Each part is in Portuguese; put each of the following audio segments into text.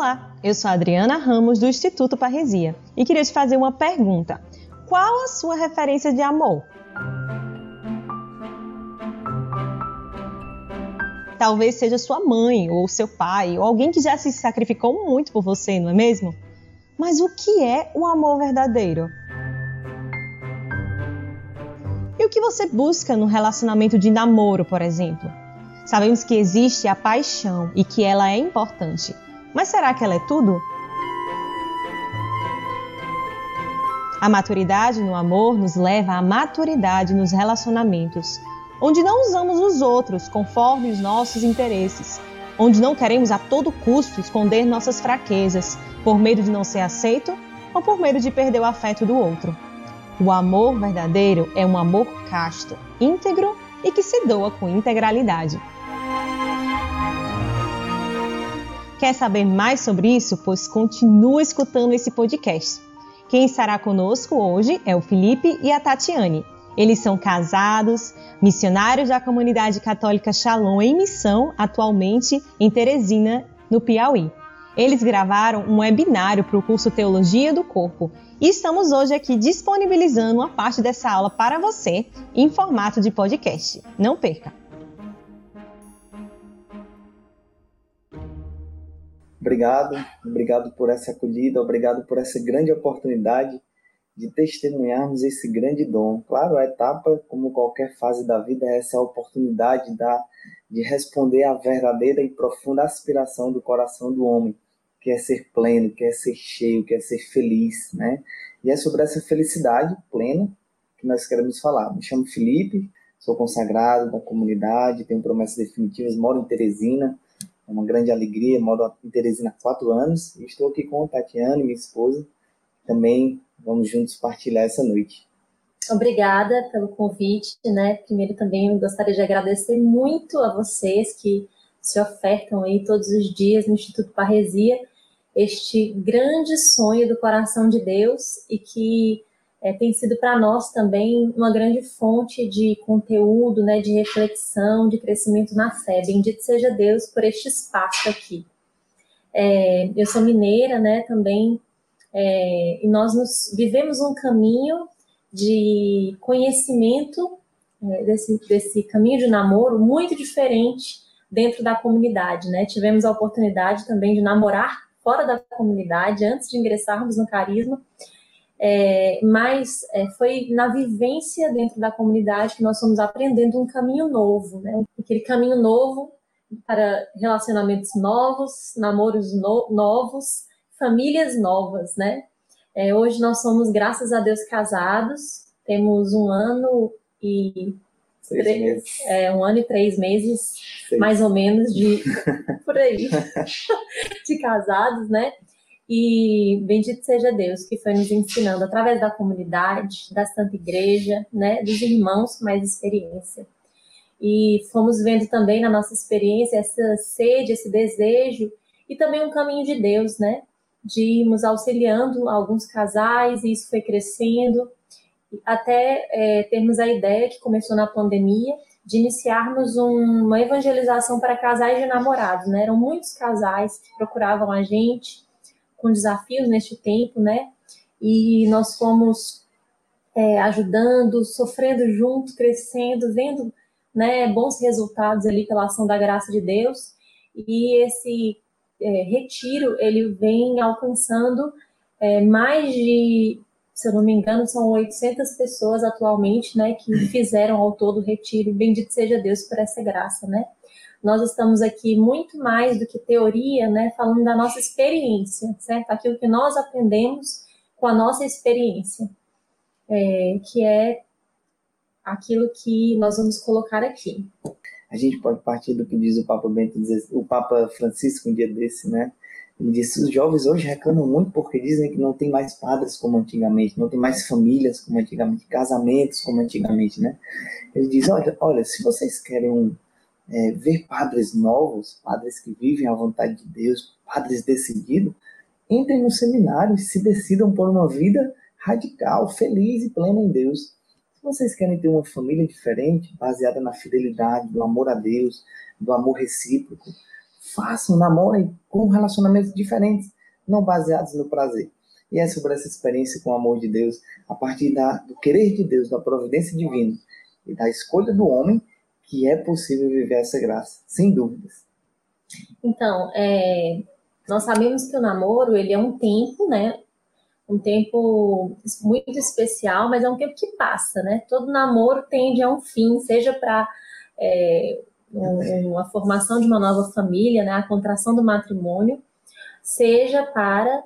Olá, eu sou a Adriana Ramos do Instituto Parresia e queria te fazer uma pergunta. Qual a sua referência de amor? Talvez seja sua mãe ou seu pai ou alguém que já se sacrificou muito por você, não é mesmo? Mas o que é o amor verdadeiro? E o que você busca no relacionamento de namoro, por exemplo? Sabemos que existe a paixão e que ela é importante. Mas será que ela é tudo? A maturidade no amor nos leva à maturidade nos relacionamentos, onde não usamos os outros conforme os nossos interesses, onde não queremos a todo custo esconder nossas fraquezas, por medo de não ser aceito ou por medo de perder o afeto do outro. O amor verdadeiro é um amor casto, íntegro e que se doa com integralidade. Quer saber mais sobre isso? Pois continua escutando esse podcast. Quem estará conosco hoje é o Felipe e a Tatiane. Eles são casados, missionários da comunidade católica Shalom em missão, atualmente em Teresina, no Piauí. Eles gravaram um webinário para o curso Teologia do Corpo e estamos hoje aqui disponibilizando uma parte dessa aula para você em formato de podcast. Não perca! Obrigado por essa acolhida, obrigado por essa grande oportunidade de testemunharmos esse grande dom. Claro, a etapa, como qualquer fase da vida, é essa oportunidade de responder à verdadeira e profunda aspiração do coração do homem, que é ser pleno, que é ser cheio, que é ser feliz, né? E é sobre essa felicidade plena que nós queremos falar. Me chamo Felipe, sou consagrado da comunidade, tenho promessas definitivas, moro em Teresina. É uma grande alegria, moro em Teresina há 4 anos e estou aqui com a Tatiane, minha esposa. Também vamos juntos partilhar essa noite. Obrigada pelo convite, né? Primeiro também eu gostaria de agradecer muito a vocês que se ofertam aí todos os dias no Instituto Parresia, este grande sonho do coração de Deus e que tem sido para nós também uma grande fonte de conteúdo, né, de reflexão, de crescimento na fé. Bendito seja Deus por este espaço aqui. Eu sou mineira, né, também, e nós vivemos um caminho de conhecimento, desse caminho de namoro muito diferente dentro da comunidade, né? Tivemos a oportunidade também de namorar fora da comunidade antes de ingressarmos no Carisma, mas foi na vivência dentro da comunidade que nós fomos aprendendo um caminho novo, né? Aquele caminho novo para relacionamentos novos, namoros novos, famílias novas, né? Hoje nós somos, graças a Deus, casados, temos 1 ano e 3 meses, 6. mais ou menos, por aí, de casados, né? E bendito seja Deus que foi nos ensinando através da comunidade, da Santa Igreja, né, dos irmãos com mais experiência. E fomos vendo também na nossa experiência essa sede, esse desejo e também um caminho de Deus, né, de irmos auxiliando alguns casais e isso foi crescendo até termos a ideia que começou na pandemia de iniciarmos uma evangelização para casais de namorados, né? Eram muitos casais que procuravam a gente com desafios neste tempo, né? E nós fomos ajudando, sofrendo junto, crescendo, vendo, né, bons resultados ali pela ação da graça de Deus. E esse retiro, ele vem alcançando mais de, se eu não me engano, são 800 pessoas atualmente, né, que fizeram ao todo o retiro. Bendito seja Deus por essa graça, né? Nós estamos aqui muito mais do que teoria, né, falando da nossa experiência, certo? Aquilo que nós aprendemos com a nossa experiência, que é aquilo que nós vamos colocar aqui. A gente pode partir do que diz o Papa Francisco um dia desse, né? Ele disse: os jovens hoje reclamam muito porque dizem que não tem mais padres como antigamente, não tem mais famílias como antigamente, casamentos como antigamente, né? Ele diz: olha, se vocês querem ver padres novos, padres que vivem à vontade de Deus, padres decididos, entrem no seminário e se decidam por uma vida radical, feliz e plena em Deus. Se vocês querem ter uma família diferente, baseada na fidelidade, do amor a Deus, do amor recíproco, façam, namorem com relacionamentos diferentes, não baseados no prazer. E é sobre essa experiência com o amor de Deus, a partir do querer de Deus, da providência divina e da escolha do homem, que é possível viver essa graça, sem dúvidas. Então, nós sabemos que o namoro, ele é um tempo, né? Um tempo muito especial, mas é um tempo que passa, né? Todo namoro tende a um fim, seja para a formação de uma nova família, né? A contração do matrimônio, seja para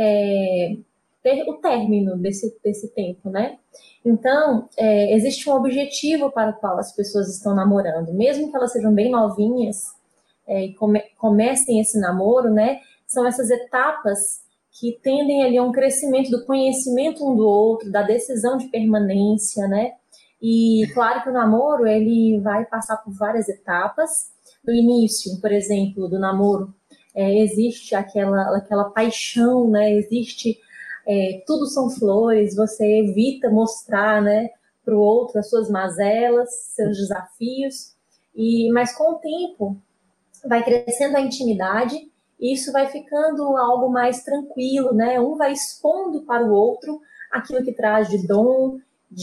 ter o término desse tempo, né? Então, existe um objetivo para o qual as pessoas estão namorando, mesmo que elas sejam bem novinhas e comecem esse namoro, né? São essas etapas que tendem ali a um crescimento do conhecimento um do outro, da decisão de permanência, né? E claro que o namoro, ele vai passar por várias etapas. No início, por exemplo, do namoro, existe aquela paixão, né? Existe tudo são flores, você evita mostrar, né, para o outro as suas mazelas, seus desafios, mas com o tempo vai crescendo a intimidade e isso vai ficando algo mais tranquilo, né? Um vai expondo para o outro aquilo que traz de dom,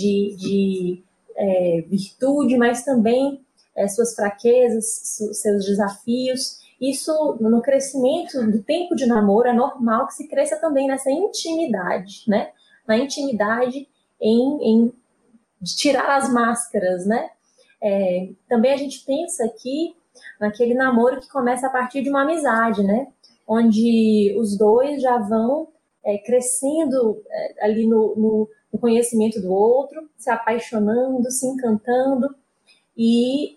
de virtude, mas também suas fraquezas, seus desafios. Isso, no crescimento do tempo de namoro, é normal que se cresça também nessa intimidade, né? Na intimidade em tirar as máscaras, né? Também a gente pensa aqui naquele namoro que começa a partir de uma amizade, né? Onde os dois já vão crescendo ali no conhecimento do outro, se apaixonando, se encantando e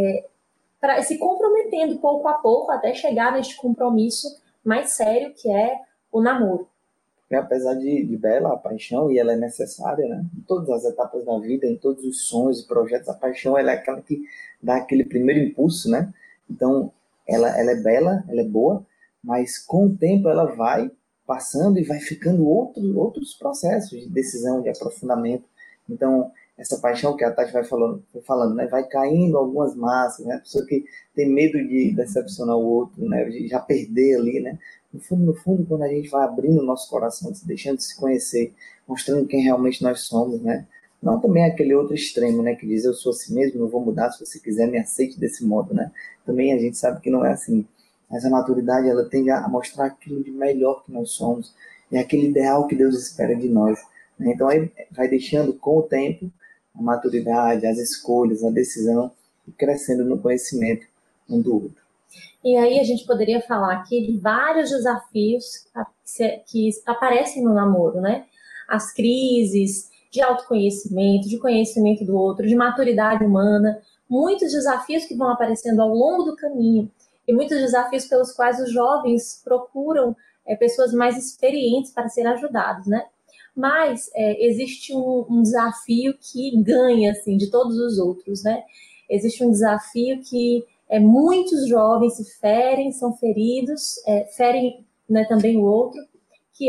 se comprometendo pouco a pouco até chegar neste compromisso mais sério que é o namoro. E apesar de bela a paixão, e ela é necessária, né? Em todas as etapas da vida, em todos os sonhos e projetos, a paixão ela é aquela que dá aquele primeiro impulso, né? Então, ela é bela, ela é boa, mas com o tempo ela vai passando e vai ficando outros processos de decisão, de aprofundamento. Então, essa paixão que a Tati vai falando, né? Vai caindo algumas massas, né? A pessoa que tem medo de decepcionar o outro, né? De já perder ali, né? No fundo, quando a gente vai abrindo o nosso coração, se deixando de se conhecer, mostrando quem realmente nós somos, né? Não também aquele outro extremo, né? Que diz, eu sou assim mesmo, não vou mudar, se você quiser me aceite desse modo, né? Também a gente sabe que não é assim. Mas a maturidade, ela tende a mostrar aquilo de melhor que nós somos, e aquele ideal que Deus espera de nós, né? Então aí vai deixando com o tempo a maturidade, as escolhas, a decisão, e crescendo no conhecimento um do outro. E aí a gente poderia falar aqui de vários desafios que aparecem no namoro, né? As crises de autoconhecimento, de conhecimento do outro, de maturidade humana, muitos desafios que vão aparecendo ao longo do caminho e muitos desafios pelos quais os jovens procuram pessoas mais experientes para serem ajudados, né? Mas existe um desafio que ganha, assim, de todos os outros, né? Existe um desafio que muitos jovens se ferem, são feridos, ferem, né, também o outro, que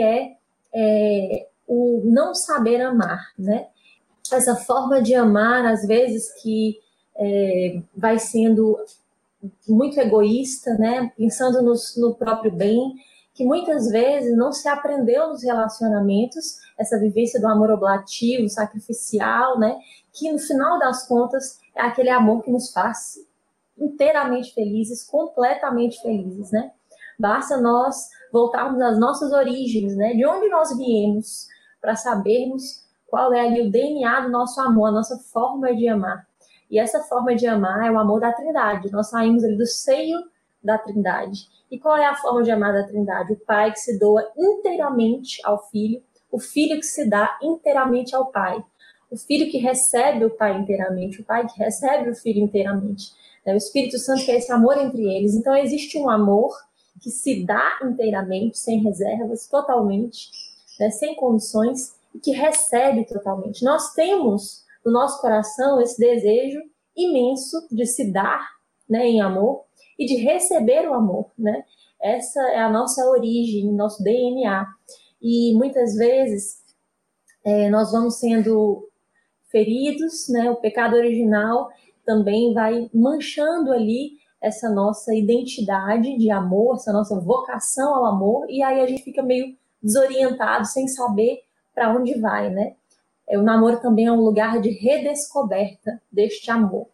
o não saber amar, né? Essa forma de amar, às vezes, que vai sendo muito egoísta, né? Pensando no próprio bem, que muitas vezes não se aprendeu nos relacionamentos, essa vivência do amor oblativo, sacrificial, né? Que no final das contas é aquele amor que nos faz inteiramente felizes, completamente felizes, né? Basta nós voltarmos às nossas origens, né? De onde nós viemos, para sabermos qual é ali o DNA do nosso amor, a nossa forma de amar. E essa forma de amar é o amor da Trindade. Nós saímos ali do seio da Trindade. E qual é a forma de amar da Trindade? O Pai que se doa inteiramente ao Filho, o Filho que se dá inteiramente ao Pai, o Filho que recebe o Pai inteiramente, o Pai que recebe o Filho inteiramente. O Espírito Santo quer esse amor entre eles. Então, existe um amor que se dá inteiramente, sem reservas, totalmente, né, sem condições, e que recebe totalmente. Nós temos no nosso coração esse desejo imenso de se dar, né, em amor e de receber o amor, né? Essa é a nossa origem, nosso DNA. E muitas vezes nós vamos sendo feridos, né? O pecado original também vai manchando ali essa nossa identidade de amor, essa nossa vocação ao amor, e aí a gente fica meio desorientado, sem saber para onde vai, né? O namoro também é um lugar de redescoberta deste amor.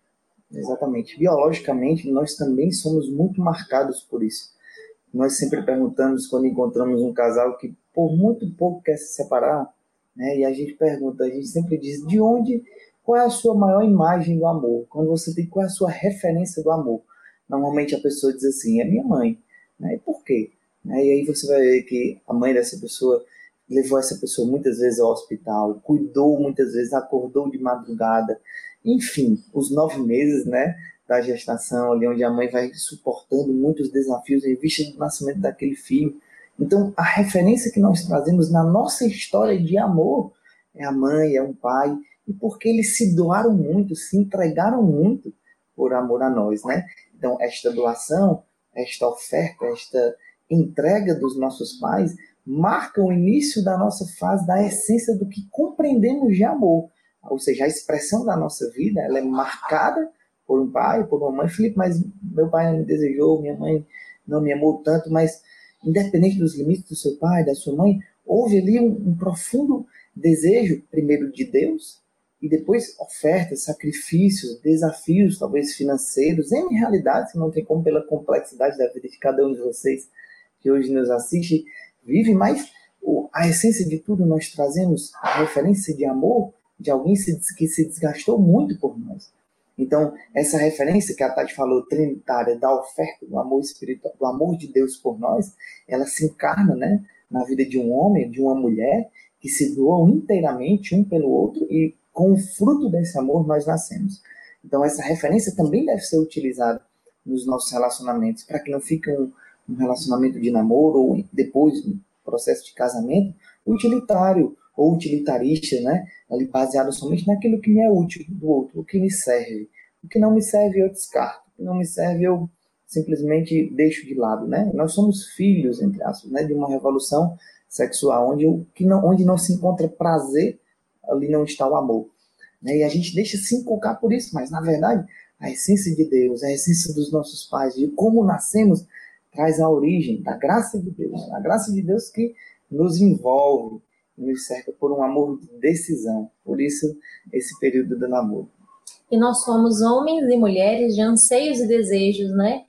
Exatamente. Biologicamente, nós também somos muito marcados por isso. Nós sempre perguntamos, quando encontramos um casal que por muito pouco quer se separar, né? E a gente pergunta, a gente sempre diz, qual é a sua maior imagem do amor? Quando você tem, qual é a sua referência do amor? Normalmente a pessoa diz assim, é minha mãe. Né? E por quê? Né? E aí você vai ver que a mãe dessa pessoa levou essa pessoa muitas vezes ao hospital, cuidou muitas vezes, acordou de madrugada. Enfim, os 9 meses, né, da gestação, ali onde a mãe vai suportando muitos desafios em vista do nascimento daquele filho. Então, a referência que nós trazemos na nossa história de amor é a mãe, é um pai, e porque eles se doaram muito, se entregaram muito por amor a nós, né? Então, esta doação, esta oferta, esta entrega dos nossos pais marca o início da nossa fase, da essência do que compreendemos de amor. Ou seja, a expressão da nossa vida, ela é marcada por um pai, por uma mãe. Felipe, mas meu pai não me desejou, minha mãe não me amou tanto, mas independente dos limites do seu pai, da sua mãe, houve ali um profundo desejo, primeiro de Deus, e depois ofertas, sacrifícios, desafios, talvez financeiros, em realidade, não tem como, pela complexidade da vida de cada um de vocês que hoje nos assiste, vive, mas a essência de tudo nós trazemos a referência de amor de alguém que se desgastou muito por nós. Então, essa referência que a Tati falou, trinitária, da oferta, do amor espiritual, do amor de Deus por nós, ela se encarna, né, na vida de um homem, de uma mulher, que se doam inteiramente um pelo outro, e com o fruto desse amor nós nascemos. Então, essa referência também deve ser utilizada nos nossos relacionamentos, para que não fique um relacionamento de namoro, ou depois, no processo de casamento, utilitário, ou utilitarista, né? Ali baseado somente naquilo que me é útil do outro, o que me serve. O que não me serve eu descarto, o que não me serve eu simplesmente deixo de lado, né? Nós somos filhos, entre aspas, né, de uma revolução sexual, onde não se encontra prazer, ali não está o amor. Né? E a gente deixa se encocar por isso, mas na verdade a essência de Deus, a essência dos nossos pais, de como nascemos, traz a origem da graça de Deus, a graça de Deus que nos envolve, nos cerca por um amor de decisão. Por isso, esse período do namoro. E nós somos homens e mulheres de anseios e desejos, né?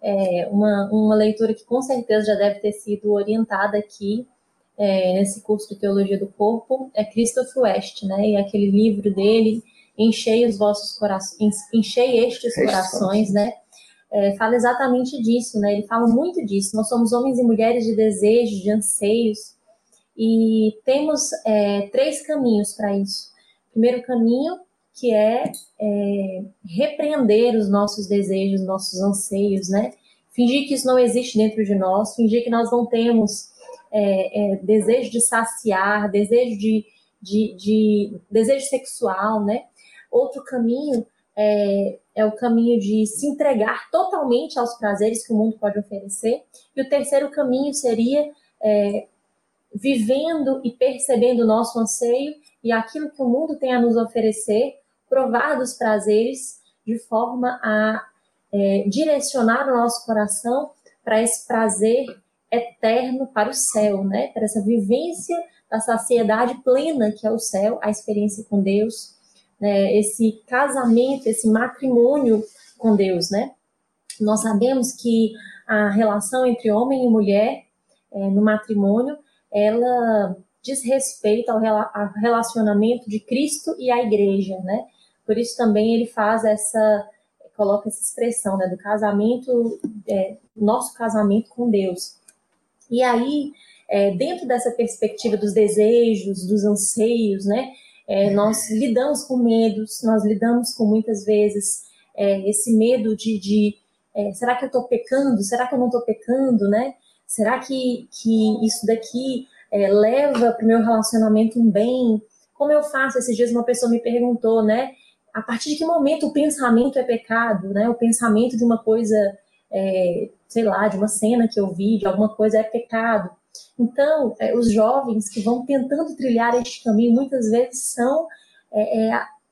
Uma leitura que com certeza já deve ter sido orientada aqui nesse curso de Teologia do Corpo é Christoph West, né? E aquele livro dele, Enchei estes corações, né? Fala exatamente disso, né? Ele fala muito disso. Nós somos homens e mulheres de desejos, de anseios, e temos 3 caminhos para isso. O primeiro caminho, que é repreender os nossos desejos, nossos anseios, né? Fingir que isso não existe dentro de nós, fingir que nós não temos desejo de saciar, desejo desejo sexual, né? Outro caminho é o caminho de se entregar totalmente aos prazeres que o mundo pode oferecer. E o terceiro caminho seria vivendo e percebendo o nosso anseio e aquilo que o mundo tem a nos oferecer, provar dos prazeres de forma a direcionar o nosso coração para esse prazer eterno, para o céu, né? Para essa vivência da saciedade plena que é o céu, a experiência com Deus, esse casamento, esse matrimônio com Deus, né? Nós sabemos que a relação entre homem e mulher no matrimônio, ela diz respeito ao relacionamento de Cristo e a igreja, né? Por isso também ele coloca essa expressão, né, do casamento, nosso casamento com Deus. E aí, dentro dessa perspectiva dos desejos, dos anseios, né, nós lidamos com medos, nós lidamos com muitas vezes esse medo de será que eu estou pecando? Será que eu não estou pecando, né? Será que isso daqui leva para o meu relacionamento um bem? Como eu faço? Esses dias uma pessoa me perguntou, né? A partir de que momento o pensamento é pecado, né? O pensamento de uma coisa, sei lá, de uma cena que eu vi, de alguma coisa é pecado. Então, os jovens que vão tentando trilhar este caminho, muitas vezes são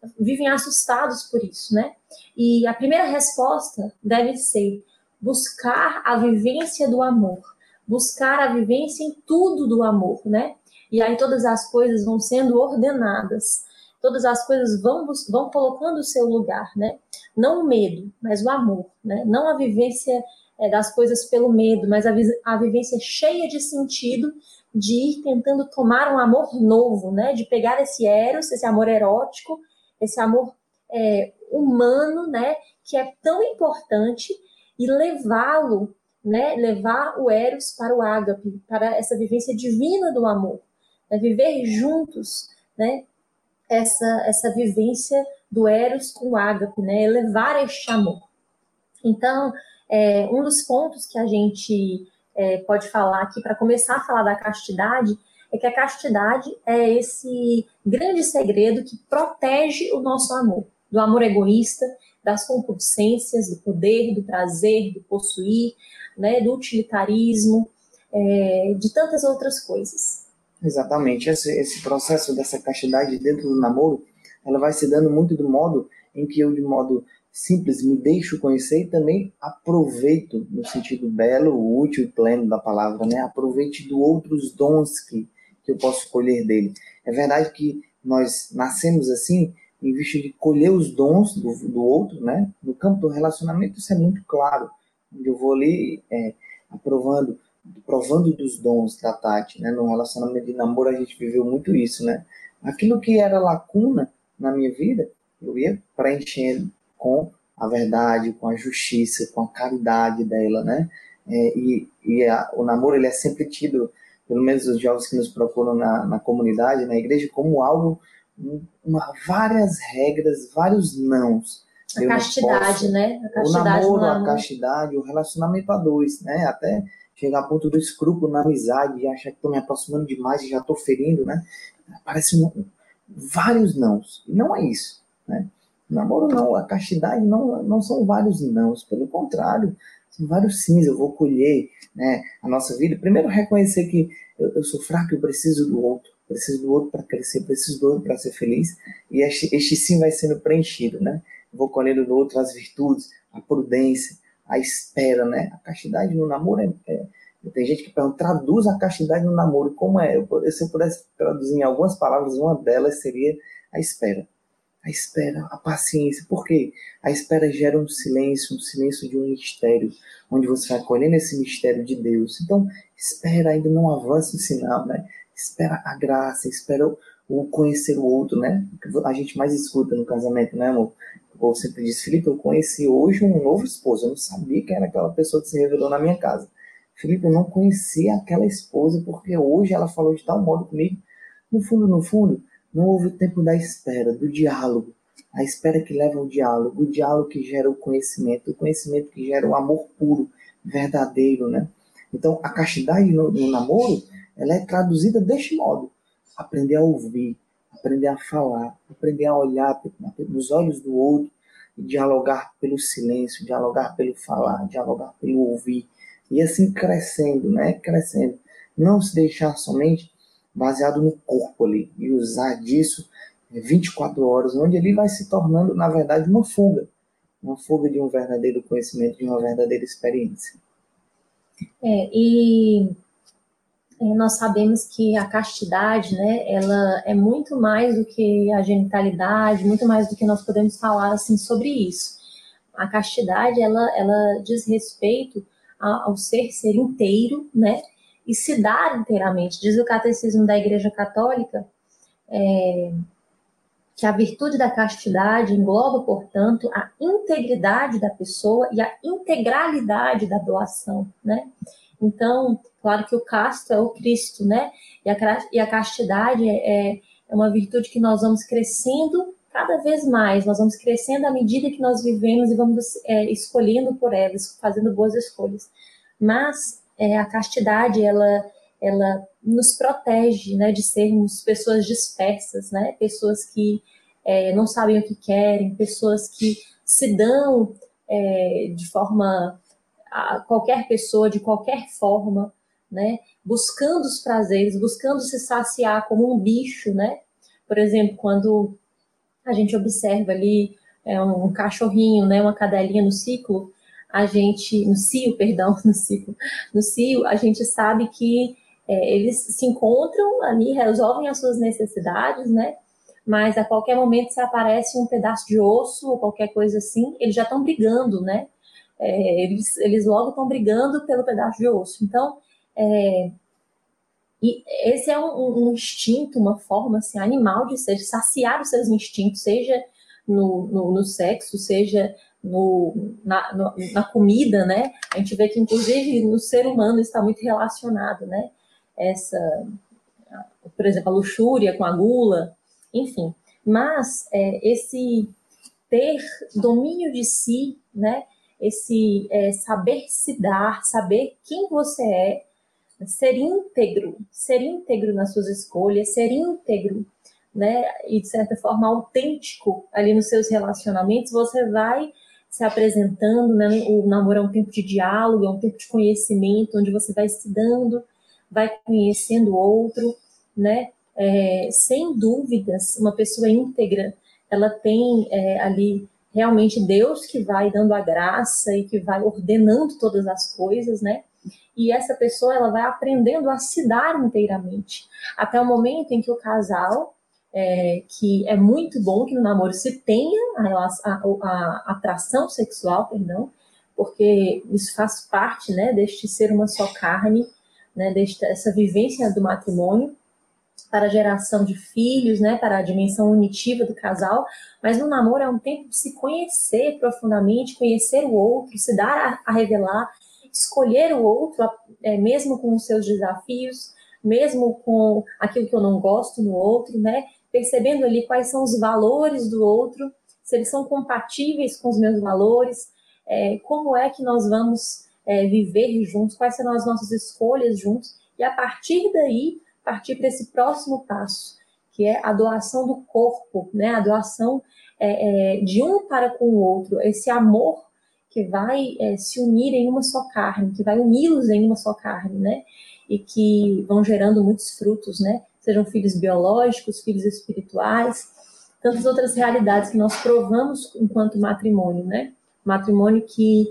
vivem assustados por isso, né? E a primeira resposta deve ser buscar a vivência do amor, buscar a vivência em tudo do amor, né? E aí todas as coisas vão sendo ordenadas, todas as coisas vão colocando o seu lugar, né? Não o medo, mas o amor, né? Não a vivência das coisas pelo medo, mas a vivência cheia de sentido, de ir tentando tomar um amor novo, né? De pegar esse eros, esse amor erótico, esse amor humano, né? Que é tão importante, e levá-lo, né? Levar o eros para o ágape, para essa vivência divina do amor, né? Viver juntos, né? Essa vivência do eros com o ágape, né? Elevar este amor. Então, um dos pontos que a gente pode falar aqui, para começar a falar da castidade, é que a castidade é esse grande segredo que protege o nosso amor, do amor egoísta, das concupiscências, do poder, do prazer, do possuir, né, do utilitarismo, de tantas outras coisas. Exatamente. Esse processo dessa castidade dentro do namoro, ela vai se dando muito do modo em que eu, de modo simples, me deixo conhecer e também aproveito, no sentido belo, útil e pleno da palavra, né? Aproveite do outros dons que eu posso colher dele. É verdade que nós nascemos assim, em vista de colher os dons do outro, né? No campo do relacionamento isso é muito claro. Onde eu vou ali provando dos dons da Tati, né? No relacionamento de namoro a gente viveu muito isso, né? Aquilo que era lacuna na minha vida, eu ia preenchendo com a verdade, com a justiça, com a caridade dela, né? O namoro ele é sempre tido, pelo menos os jovens que nos procuram na comunidade, na igreja, como algo, várias regras, vários nãos. A castidade, né? A castidade o namoro, a castidade, o relacionamento a dois, né? Até chegar a ponto do escrúpulo na amizade e achar que estou me aproximando demais e já estou ferindo, né? Parece vários nãos. E não é isso, né? O namoro não, a castidade não são vários nãos, pelo contrário, são vários sims. Eu vou colher, né, a nossa vida. Primeiro, reconhecer que eu sou fraco, eu preciso do outro para crescer, preciso do outro para ser feliz, e este sim vai sendo preenchido, né? Eu vou colhendo do outro as virtudes, a prudência, a espera, né? A castidade no namoro tem gente que pergunta, traduz a castidade no namoro, como é? Se eu pudesse traduzir em algumas palavras, uma delas seria a espera. A espera, a paciência. Por quê? A espera gera um silêncio de um mistério, onde você vai colhendo esse mistério de Deus. Então, espera, ainda não avança o sinal, né? Espera a graça, espera o conhecer o outro, né? A gente mais escuta no casamento, né, amor? O povo sempre diz, Felipe, eu conheci hoje um novo esposo. Eu não sabia que era aquela pessoa que se revelou na minha casa. Felipe, eu não conhecia aquela esposa porque hoje ela falou de tal modo comigo. No fundo, não houve o tempo da espera, do diálogo. A espera que leva ao diálogo, o diálogo que gera o conhecimento que gera o amor puro, verdadeiro, né? Então, a castidade no namoro, ela é traduzida deste modo. Aprender a ouvir, aprender a falar, aprender a olhar nos olhos do outro, e dialogar pelo silêncio, dialogar pelo falar, dialogar pelo ouvir. E assim crescendo, né? Crescendo. Não se deixar somente baseado no corpo ali, e usar disso 24 horas, onde ele vai se tornando, na verdade, uma fuga de um verdadeiro conhecimento, de uma verdadeira experiência. Nós sabemos que a castidade, né, ela é muito mais do que a genitalidade, muito mais do que nós podemos falar assim sobre isso. A castidade, ela diz respeito ao ser inteiro, né, e se dar inteiramente. Diz o Catecismo da Igreja Católica que a virtude da castidade engloba, portanto, a integridade da pessoa e a integralidade da doação, né? Então, claro que o casto é o Cristo, né? E a castidade é uma virtude que nós vamos crescendo cada vez mais, nós vamos crescendo à medida que nós vivemos e vamos escolhendo por elas, fazendo boas escolhas. Mas a castidade, ela nos protege, né, de sermos pessoas dispersas, né, pessoas que não sabem o que querem, pessoas que se dão de forma a qualquer pessoa, de qualquer forma, né, buscando os prazeres, buscando se saciar como um bicho, né? Por exemplo, quando a gente observa ali um cachorrinho, né, uma cadelinha no cio, no cio, a gente sabe que eles se encontram ali, resolvem as suas necessidades, né? Mas a qualquer momento se aparece um pedaço de osso ou qualquer coisa assim, eles já estão brigando, né? Eles logo estão brigando pelo pedaço de osso. Então, e esse é um instinto, uma forma assim, animal de ser, de saciar os seus instintos, seja no sexo, seja na comida, né? A gente vê que, inclusive, no ser humano está muito relacionado, né? Por exemplo, a luxúria com a gula, enfim. Mas esse ter domínio de si, né? Esse saber se dar, saber quem você é, ser íntegro nas suas escolhas, ser íntegro, né, e de certa forma autêntico ali nos seus relacionamentos, você vai se apresentando, né, o namoro é um tempo de diálogo, é um tempo de conhecimento, onde você vai se dando, vai conhecendo o outro, né, sem dúvidas, uma pessoa íntegra, ela tem ali realmente Deus que vai dando a graça e que vai ordenando todas as coisas, né, e essa pessoa ela vai aprendendo a se dar inteiramente, até o momento em que o casal, que é muito bom que no namoro se tenha a atração sexual, perdão, porque isso faz parte, né, deste ser uma só carne, né, dessa vivência do matrimônio, para a geração de filhos, né, para a dimensão unitiva do casal, mas no namoro é um tempo de se conhecer profundamente, conhecer o outro, se dar a revelar, escolher o outro, mesmo com os seus desafios, mesmo com aquilo que eu não gosto no outro, né, percebendo ali quais são os valores do outro, se eles são compatíveis com os meus valores, como é que nós vamos viver juntos, quais serão as nossas escolhas juntos, e a partir daí, partir para esse próximo passo, que é a doação do corpo, né? A doação de um para com o outro, esse amor que vai se unir em uma só carne, que vai uni-los em uma só carne, né? E que vão gerando muitos frutos, né? Sejam filhos biológicos, filhos espirituais, tantas outras realidades que nós provamos enquanto matrimônio, né? Matrimônio que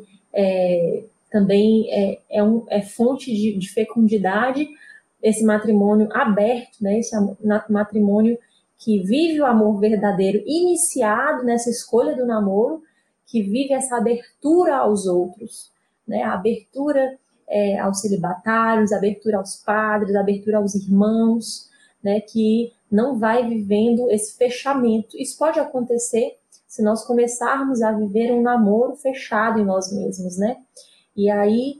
também é fonte de fecundidade, esse matrimônio aberto, né? Esse matrimônio que vive o amor verdadeiro, iniciado nessa escolha do namoro, que vive essa abertura aos outros, né? A abertura aos celibatários, a abertura aos padres, a abertura aos irmãos, né? Que não vai vivendo esse fechamento. Isso pode acontecer se nós começarmos a viver um namoro fechado em nós mesmos, né? E aí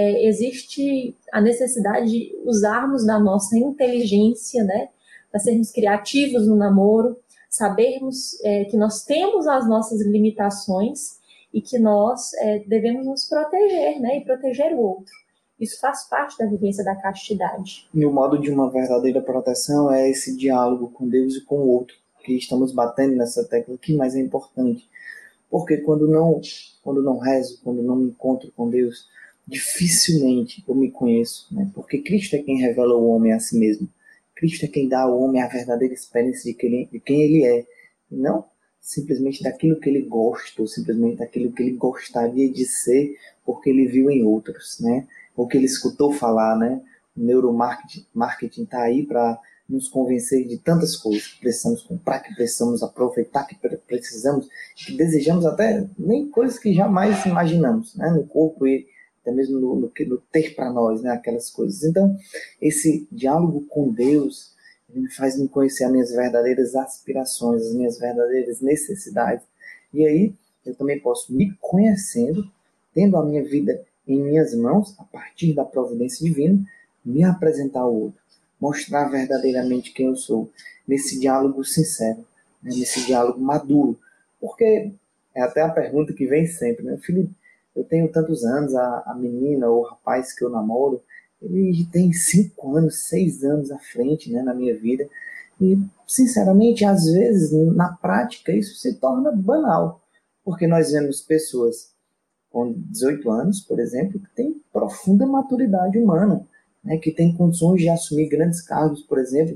existe a necessidade de usarmos da nossa inteligência, né, para sermos criativos no namoro, sabermos que nós temos as nossas limitações e que nós devemos nos proteger, né, e proteger o outro. Isso faz parte da vivência da castidade. E o modo de uma verdadeira proteção é esse diálogo com Deus e com o outro, que estamos batendo nessa tecla aqui, mas é importante. Porque quando não rezo, quando não me encontro com Deus, dificilmente eu me conheço, né? Porque Cristo é quem revela o homem a si mesmo. Cristo é quem dá ao homem a verdadeira experiência de quem ele é, e não simplesmente daquilo que ele gosta, ou simplesmente daquilo que ele gostaria de ser, porque ele viu em outros, né? Ou que ele escutou falar, né? O neuromarketing está aí para nos convencer de tantas coisas que precisamos comprar, que precisamos aproveitar, que precisamos, que desejamos até nem coisas que jamais imaginamos, né? No corpo e até mesmo no ter para nós, né? Aquelas coisas. Então, esse diálogo com Deus, ele me faz me conhecer as minhas verdadeiras aspirações, as minhas verdadeiras necessidades. E aí, eu também posso, me conhecendo, tendo a minha vida em minhas mãos, a partir da providência divina, me apresentar ao outro, mostrar verdadeiramente quem eu sou, nesse diálogo sincero, né? Nesse diálogo maduro. Porque é até a pergunta que vem sempre, né? Felipe, eu tenho tantos anos, a menina ou o rapaz que eu namoro, ele tem 5 anos, 6 anos à frente, né, na minha vida. E, sinceramente, às vezes, na prática, isso se torna banal. Porque nós vemos pessoas com 18 anos, por exemplo, que têm profunda maturidade humana, né, que têm condições de assumir grandes cargos, por exemplo,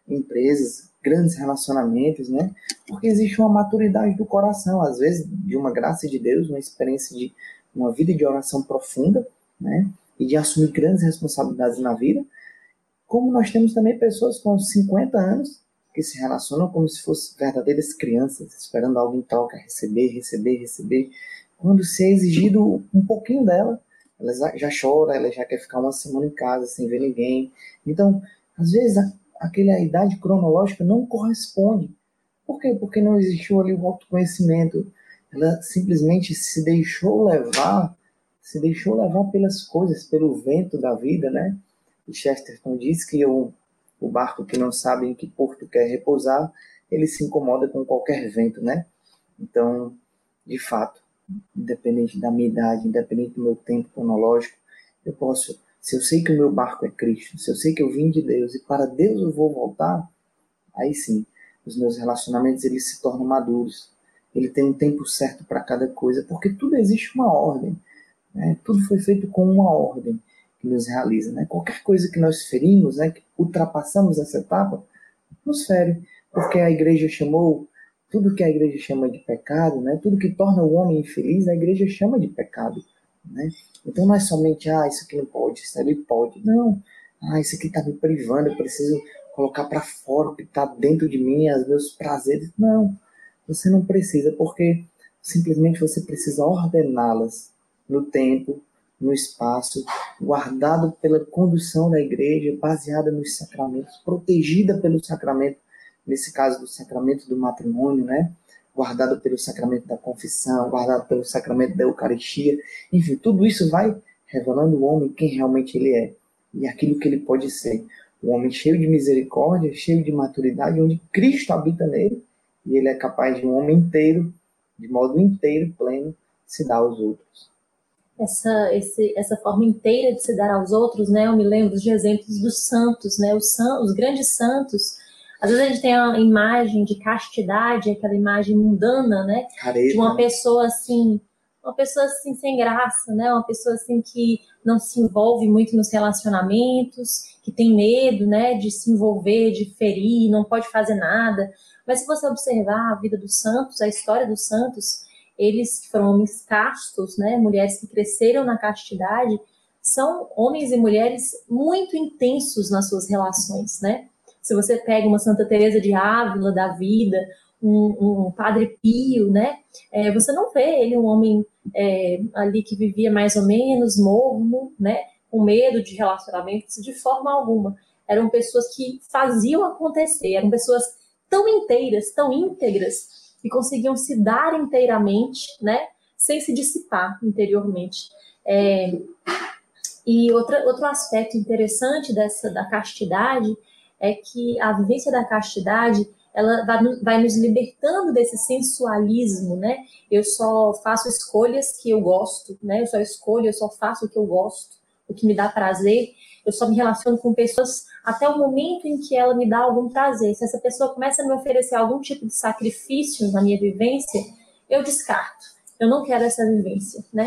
empresas, grandes relacionamentos, né? Porque existe uma maturidade do coração, às vezes de uma graça de Deus, uma experiência de uma vida de oração profunda, né? E de assumir grandes responsabilidades na vida, como nós temos também pessoas com 50 anos que se relacionam como se fossem verdadeiras crianças, esperando algo em troca, receber. Quando se é exigido um pouquinho dela, ela já chora, ela já quer ficar uma semana em casa sem ver ninguém. Então, às vezes, a idade cronológica não corresponde. Por quê? Porque não existiu ali o autoconhecimento. Ela simplesmente se deixou levar pelas coisas, pelo vento da vida, né? E Chesterton diz que o barco que não sabe em que porto quer repousar, ele se incomoda com qualquer vento, né? Então, de fato, independente da minha idade, independente do meu tempo cronológico, eu posso, se eu sei que o meu barco é Cristo, se eu sei que eu vim de Deus e para Deus eu vou voltar, aí sim, os meus relacionamentos eles se tornam maduros. Ele tem um tempo certo para cada coisa, porque tudo existe uma ordem, né? Tudo foi feito com uma ordem que nos realiza, né? Qualquer coisa que nós ferimos, né, que ultrapassamos essa etapa, nos fere, porque a igreja chamou tudo que a igreja chama de pecado, né? Tudo que torna o homem infeliz, a igreja chama de pecado, né? Então não é somente, isso aqui não pode, isso ali pode. Não, isso aqui está me privando, eu preciso colocar para fora o que está dentro de mim, os meus prazeres. Não, você não precisa, porque simplesmente você precisa ordená-las no tempo, no espaço, guardado pela condução da igreja, baseada nos sacramentos, protegida pelo sacramento, nesse caso do sacramento do matrimônio, né? Guardado pelo sacramento da confissão, guardado pelo sacramento da Eucaristia. Enfim, tudo isso vai revelando o homem quem realmente ele é e aquilo que ele pode ser. Um homem cheio de misericórdia, cheio de maturidade, onde Cristo habita nele e ele é capaz de um homem inteiro, de modo inteiro, pleno, se dar aos outros. Essa forma inteira de se dar aos outros, né? Eu me lembro de exemplos dos santos, né? Os grandes santos. Às vezes a gente tem a imagem de castidade, aquela imagem mundana, né? Careta. De uma pessoa assim sem graça, né? Uma pessoa assim que não se envolve muito nos relacionamentos, que tem medo, né? De se envolver, de ferir, não pode fazer nada. Mas se você observar a vida dos santos, a história dos santos, eles foram homens castos, né? Mulheres que cresceram na castidade, são homens e mulheres muito intensos nas suas relações, né? Se você pega uma Santa Teresa de Ávila da vida, um Padre Pio, né? Você não vê ele um homem ali que vivia mais ou menos morno, né? Com medo de relacionamentos, de forma alguma. Eram pessoas que faziam acontecer, eram pessoas tão inteiras, tão íntegras, que conseguiam se dar inteiramente, né, sem se dissipar interiormente. E outro aspecto interessante da castidade é que a vivência da castidade ela vai nos libertando desse sensualismo, né? Eu só faço escolhas que eu gosto, né? Eu só faço o que eu gosto, o que me dá prazer. Eu só me relaciono com pessoas até o momento em que ela me dá algum prazer. Se essa pessoa começa a me oferecer algum tipo de sacrifício na minha vivência, eu descarto. Eu não quero essa vivência, né?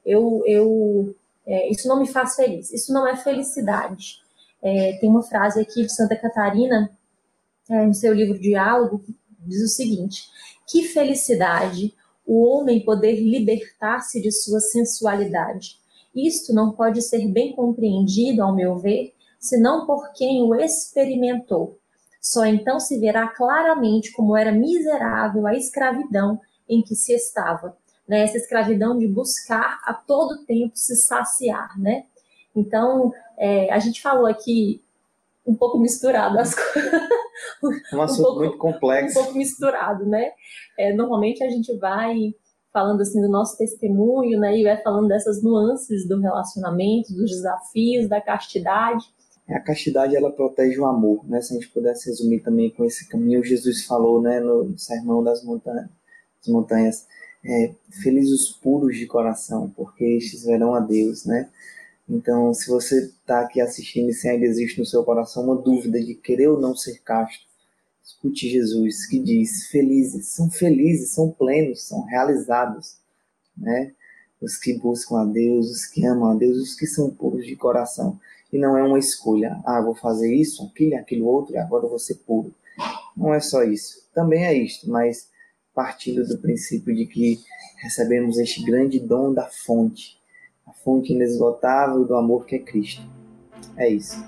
Isso não me faz feliz. Isso não é felicidade. Tem uma frase aqui de Santa Catarina, no seu livro Diálogo, que diz o seguinte: que felicidade o homem poder libertar-se de sua sensualidade. Isto não pode ser bem compreendido, ao meu ver, senão por quem o experimentou. Só então se verá claramente como era miserável a escravidão em que se estava, né? Essa escravidão de buscar a todo tempo se saciar, né? Então, a gente falou aqui um pouco misturado as coisas. Um assunto muito complexo. Um pouco misturado, né? Normalmente a gente vai falando assim do nosso testemunho, né? E vai falando dessas nuances do relacionamento, dos desafios, da castidade. A castidade, ela protege o amor, né? Se a gente pudesse resumir também com esse caminho, Jesus falou, né, no Sermão das Montanhas, felizes os puros de coração, porque estes verão a Deus, né? Então, se você está aqui assistindo e se ainda existe no seu coração uma dúvida de querer ou não ser casto, escute Jesus, que diz, felizes, são plenos, são realizados, né? os que buscam a Deus, os que amam a Deus, os que são puros de coração. E não é uma escolha, vou fazer isso, aquilo outro, e agora eu vou ser puro. Não é só isso. Também é isto, mas partindo do princípio de que recebemos este grande dom da fonte, a fonte inesgotável do amor que é Cristo. É isso.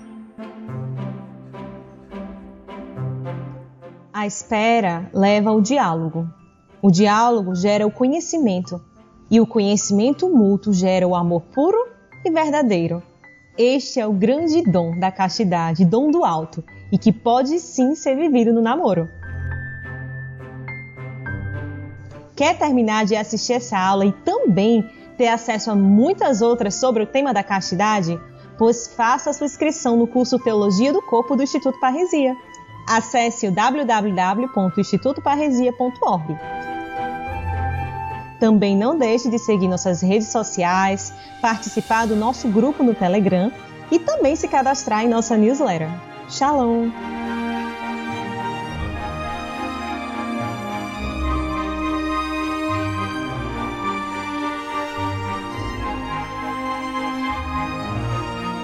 A espera leva ao diálogo. O diálogo gera o conhecimento. E o conhecimento mútuo gera o amor puro e verdadeiro. Este é o grande dom da castidade, dom do alto, e que pode sim ser vivido no namoro. Quer terminar de assistir essa aula e também ter acesso a muitas outras sobre o tema da castidade? Pois faça a sua inscrição no curso Teologia do Corpo do Instituto Parresia. Acesse o www.institutoparresia.org. Também não deixe de seguir nossas redes sociais, participar do nosso grupo no Telegram e também se cadastrar em nossa newsletter. Shalom!